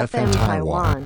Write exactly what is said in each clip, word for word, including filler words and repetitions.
F M Taiwan。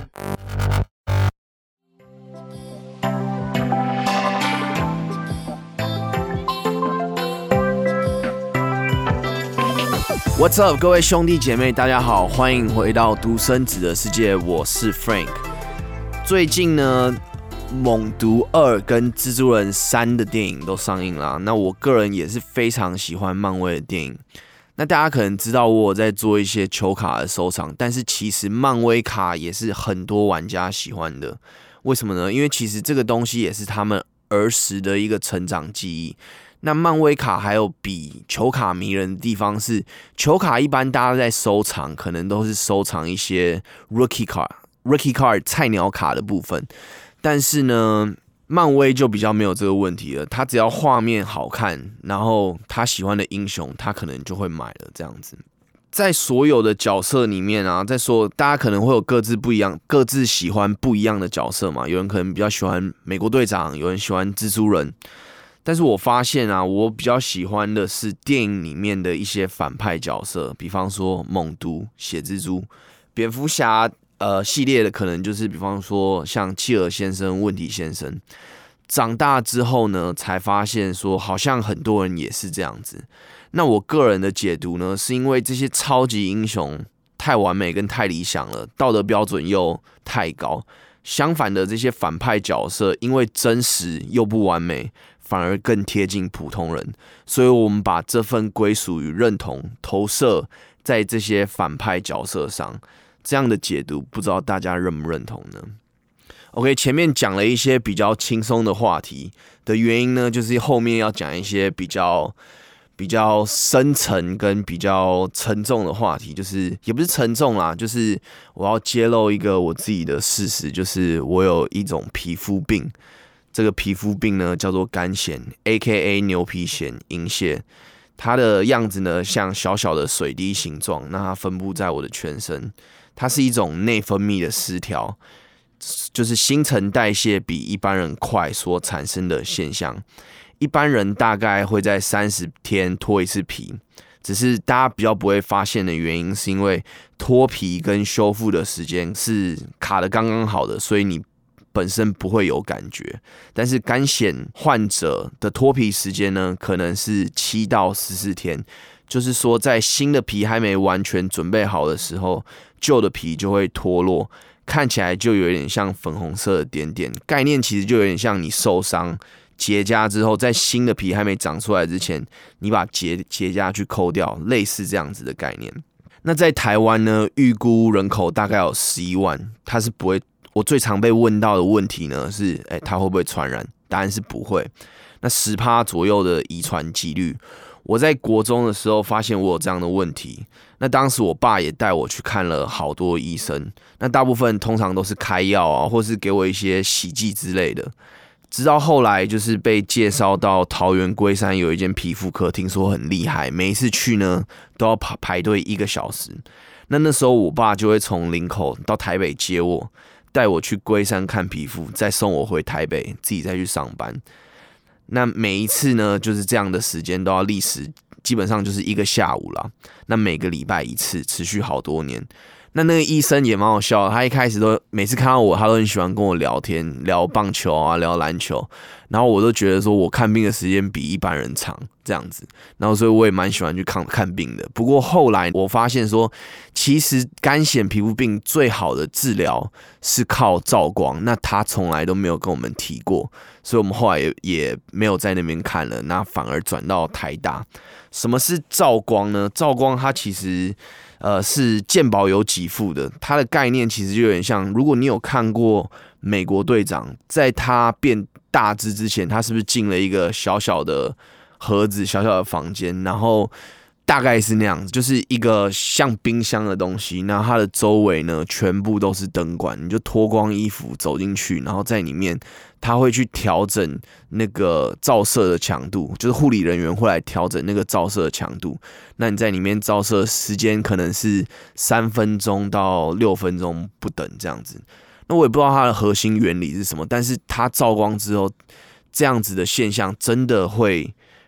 What's up， 各位兄弟姐妹，大家好，欢迎回到独生子的世界，我是 Frank。最近呢，《猛毒二》跟《蜘蛛人三》的电影都上映啦。那我个人也是非常喜欢漫威的电影。那大家可能知道我有在做一些球卡的收藏，但是其实漫威卡也是很多玩家喜欢的。为什么呢？因为其实这个东西也是他们儿时的一个成长记忆。那漫威卡还有比球卡迷人的地方是，球卡一般大家在收藏，可能都是收藏一些 rookie card、rookie card 菜鸟卡的部分。但是呢，漫威就比较没有这个问题了。他只要画面好看，然后他喜欢的英雄，他可能就会买了这样子。在所有的角色里面啊，在说大家可能会有各自不一样、各自喜欢不一样的角色嘛。有人可能比较喜欢美国队长，有人喜欢蜘蛛人。但是我发现啊，我比较喜欢的是电影里面的一些反派角色，比方说猛毒、血蜘蛛、蝙蝠侠呃系列的，可能就是比方说像契尔先生、问题先生。长大之后呢，才发现说好像很多人也是这样子。那我个人的解读呢，是因为这些超级英雄太完美跟太理想了，道德标准又太高。相反的，这些反派角色因为真实又不完美，反而更贴近普通人，所以我们把这份归属与认同投射在这些反派角色上。这样的解读，不知道大家认不认同呢 ？OK， 前面讲了一些比较轻松的话题的原因呢，就是后面要讲一些比较比较深沉跟比较沉重的话题，就是也不是沉重啦，就是我要揭露一个我自己的事实，就是我有一种皮肤病。这个皮肤病呢叫做肝癣 ，A K A 牛皮癣银屑。它的样子呢像小小的水滴形状，那它分布在我的全身。它是一种内分泌的失调，就是新陈代谢比一般人快所产生的现象。一般人大概会在三十天脱一次皮，只是大家比较不会发现的原因，是因为脱皮跟修复的时间是卡得刚刚好的，所以你本身不会有感觉。但是肝癣患者的脱皮时间呢，可能是七到十四天，就是说在新的皮还没完全准备好的时候，旧的皮就会脱落，看起来就有点像粉红色的点点。概念其实就有点像你受伤结痂之后，在新的皮还没长出来之前，你把结结痂去抠掉，类似这样子的概念。那在台湾呢，预估人口大概有十一万，它是不会。我最常被问到的问题呢是，哎，它会不会传染？答案是不会。那 百分之十 左右的遗传几率，我在国中的时候发现我有这样的问题。那当时我爸也带我去看了好多医生，那大部分通常都是开药啊，或是给我一些洗剂之类的。直到后来就是被介绍到桃园龟山有一间皮肤科，听说很厉害，每一次去呢都要排队一个小时。那那时候我爸就会从林口到台北接我，带我去龟山看皮肤，再送我回台北，自己再去上班。那每一次呢，就是这样的时间都要历时，基本上就是一个下午啦。那每个礼拜一次，持续好多年。那那个医生也蛮好笑的，他一开始都每次看到我，他都很喜欢跟我聊天，聊棒球啊，聊篮球，然后我都觉得说我看病的时间比一般人长，这样子，然后所以我也蛮喜欢去看看病的。不过后来我发现说，其实肝癣皮肤病最好的治疗是靠照光，那他从来都没有跟我们提过，所以我们后来 也, 也没有在那边看了，那反而转到台大。什么是照光呢？照光它其实呃是健保有给付的，它的概念其实就有点像，如果你有看过美国队长，在他变大只之前，他是不是进了一个小小的盒子、小小的房间，然后大概是那样子，就是一个像冰箱的东西，那它的周围呢全部都是灯管，你就脱光衣服走进去，然后在里面他会去调整那个照射的强度，就是护理人员会来调整那个照射的强度。那你在里面照射时间可能是三分钟到六分钟不等这样子。那我也不知道它的核心原理是什么，但是它照光之后，这样子的现象真的会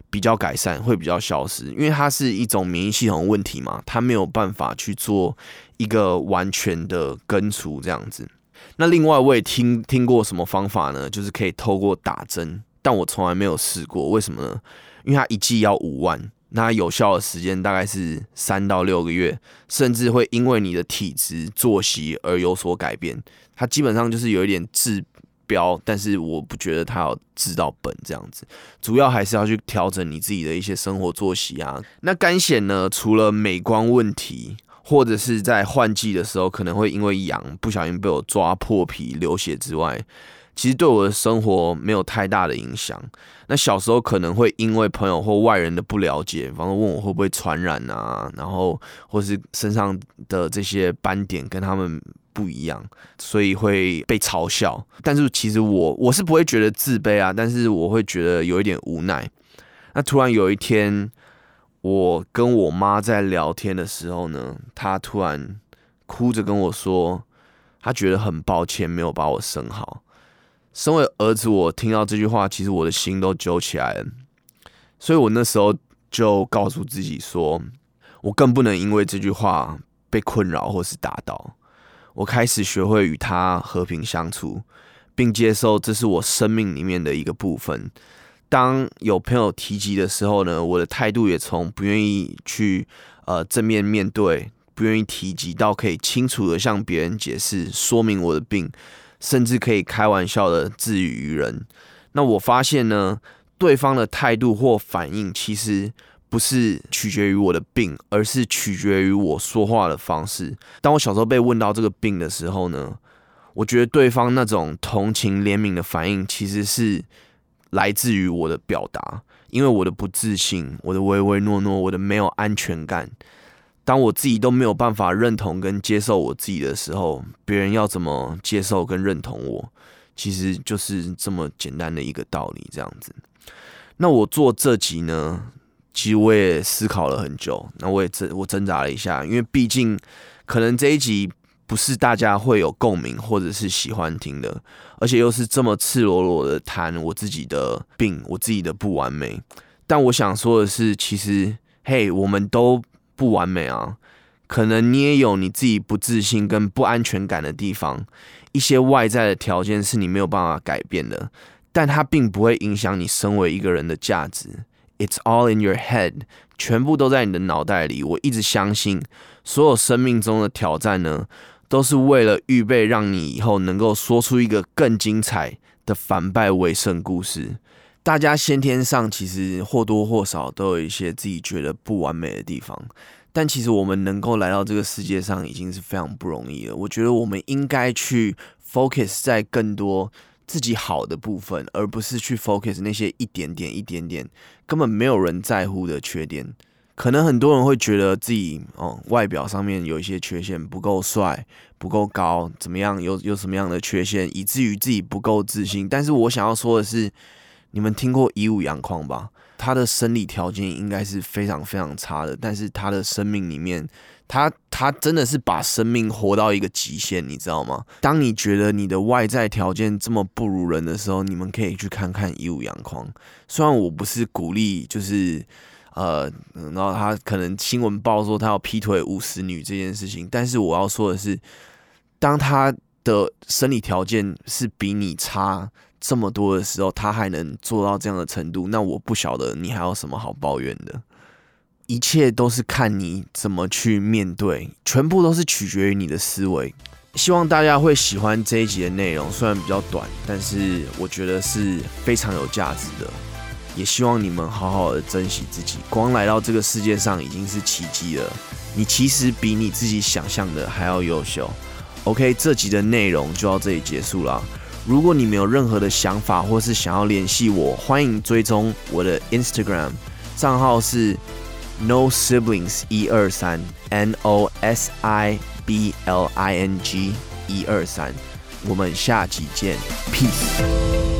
比较改善，会比较消失，因为它是一种免疫系统的问题嘛，它没有办法去做一个完全的根除这样子。那另外我也听听过什么方法呢？就是可以透过打针，但我从来没有试过，为什么呢？因为它一剂要五万，那有效的时间大概是三到六个月，甚至会因为你的体质、作息而有所改变。它基本上就是有一点治标，但是我不觉得它有治到本这样子，主要还是要去调整你自己的一些生活作息啊。那干癣呢，除了美观问题，或者是在换季的时候可能会因为痒不小心被我抓破皮流血之外，其实对我的生活没有太大的影响。那小时候可能会因为朋友或外人的不了解，比方说问我会不会传染啊，然后或是身上的这些斑点跟他们不一样，所以会被嘲笑。但是其实我我是不会觉得自卑啊，但是我会觉得有一点无奈。那突然有一天，我跟我妈在聊天的时候呢，她突然哭着跟我说，她觉得很抱歉没有把我生好。身为儿子，我听到这句话，其实我的心都揪起来了。所以我那时候就告诉自己说，我更不能因为这句话被困扰或是打倒。我开始学会与他和平相处，并接受这是我生命里面的一个部分。当有朋友提及的时候呢，我的态度也从不愿意去呃正面面对，不愿意提及，到可以清楚的向别人解释、说明我的病，甚至可以开玩笑的自娱于人。那我发现呢，对方的态度或反应其实不是取决于我的病，而是取决于我说话的方式。当我小时候被问到这个病的时候呢，我觉得对方那种同情怜悯的反应其实是来自于我的表达，因为我的不自信，我的唯唯诺诺，我的没有安全感。当我自己都没有办法认同跟接受我自己的时候，别人要怎么接受跟认同我，其实就是这么简单的一个道理这样子。那我做这集呢，其实我也思考了很久，那我也我挣扎了一下，因为毕竟可能这一集不是大家会有共鸣或者是喜欢听的，而且又是这么赤裸裸的谈我自己的病，我自己的不完美。但我想说的是，其实嘿，我们都不完美啊，可能你也有你自己不自信跟不安全感的地方，一些外在的条件是你没有办法改变的，但它并不会影响你身为一个人的价值。It's all in your head， 全部都在你的脑袋里。我一直相信，所有生命中的挑战呢，都是为了预备让你以后能够说出一个更精彩的反败为胜故事。大家先天上其实或多或少都有一些自己觉得不完美的地方，但其实我们能够来到这个世界上已经是非常不容易了。我觉得我们应该去 focus 在更多自己好的部分，而不是去 focus 那些一点点一点点根本没有人在乎的缺点。可能很多人会觉得自己、哦、外表上面有一些缺陷，不够帅，不够高，怎么样，有有什么样的缺陷，以至于自己不够自信。但是我想要说的是，你们听过以武扬匡吧？他的生理条件应该是非常非常差的，但是他的生命里面，他他真的是把生命活到一个极限，你知道吗？当你觉得你的外在条件这么不如人的时候，你们可以去看看以武扬匡。虽然我不是鼓励，就是呃，然后他可能新闻报说他要劈腿五十女这件事情，但是我要说的是，当他的生理条件是比你差这么多的时候，他还能做到这样的程度，那我不晓得你还有什么好抱怨的。一切都是看你怎么去面对，全部都是取决于你的思维。希望大家会喜欢这一集的内容，虽然比较短，但是我觉得是非常有价值的。也希望你们好好的珍惜自己，光来到这个世界上已经是奇迹了。你其实比你自己想象的还要优秀。OK， 这集的内容就到这里结束啦。如果你没有任何的想法或是想要联系我，欢迎追踪我的 Instagram 账号是 No Siblings 一二三 N O S I B L I N G 一二三。我们下集见 ，Peace。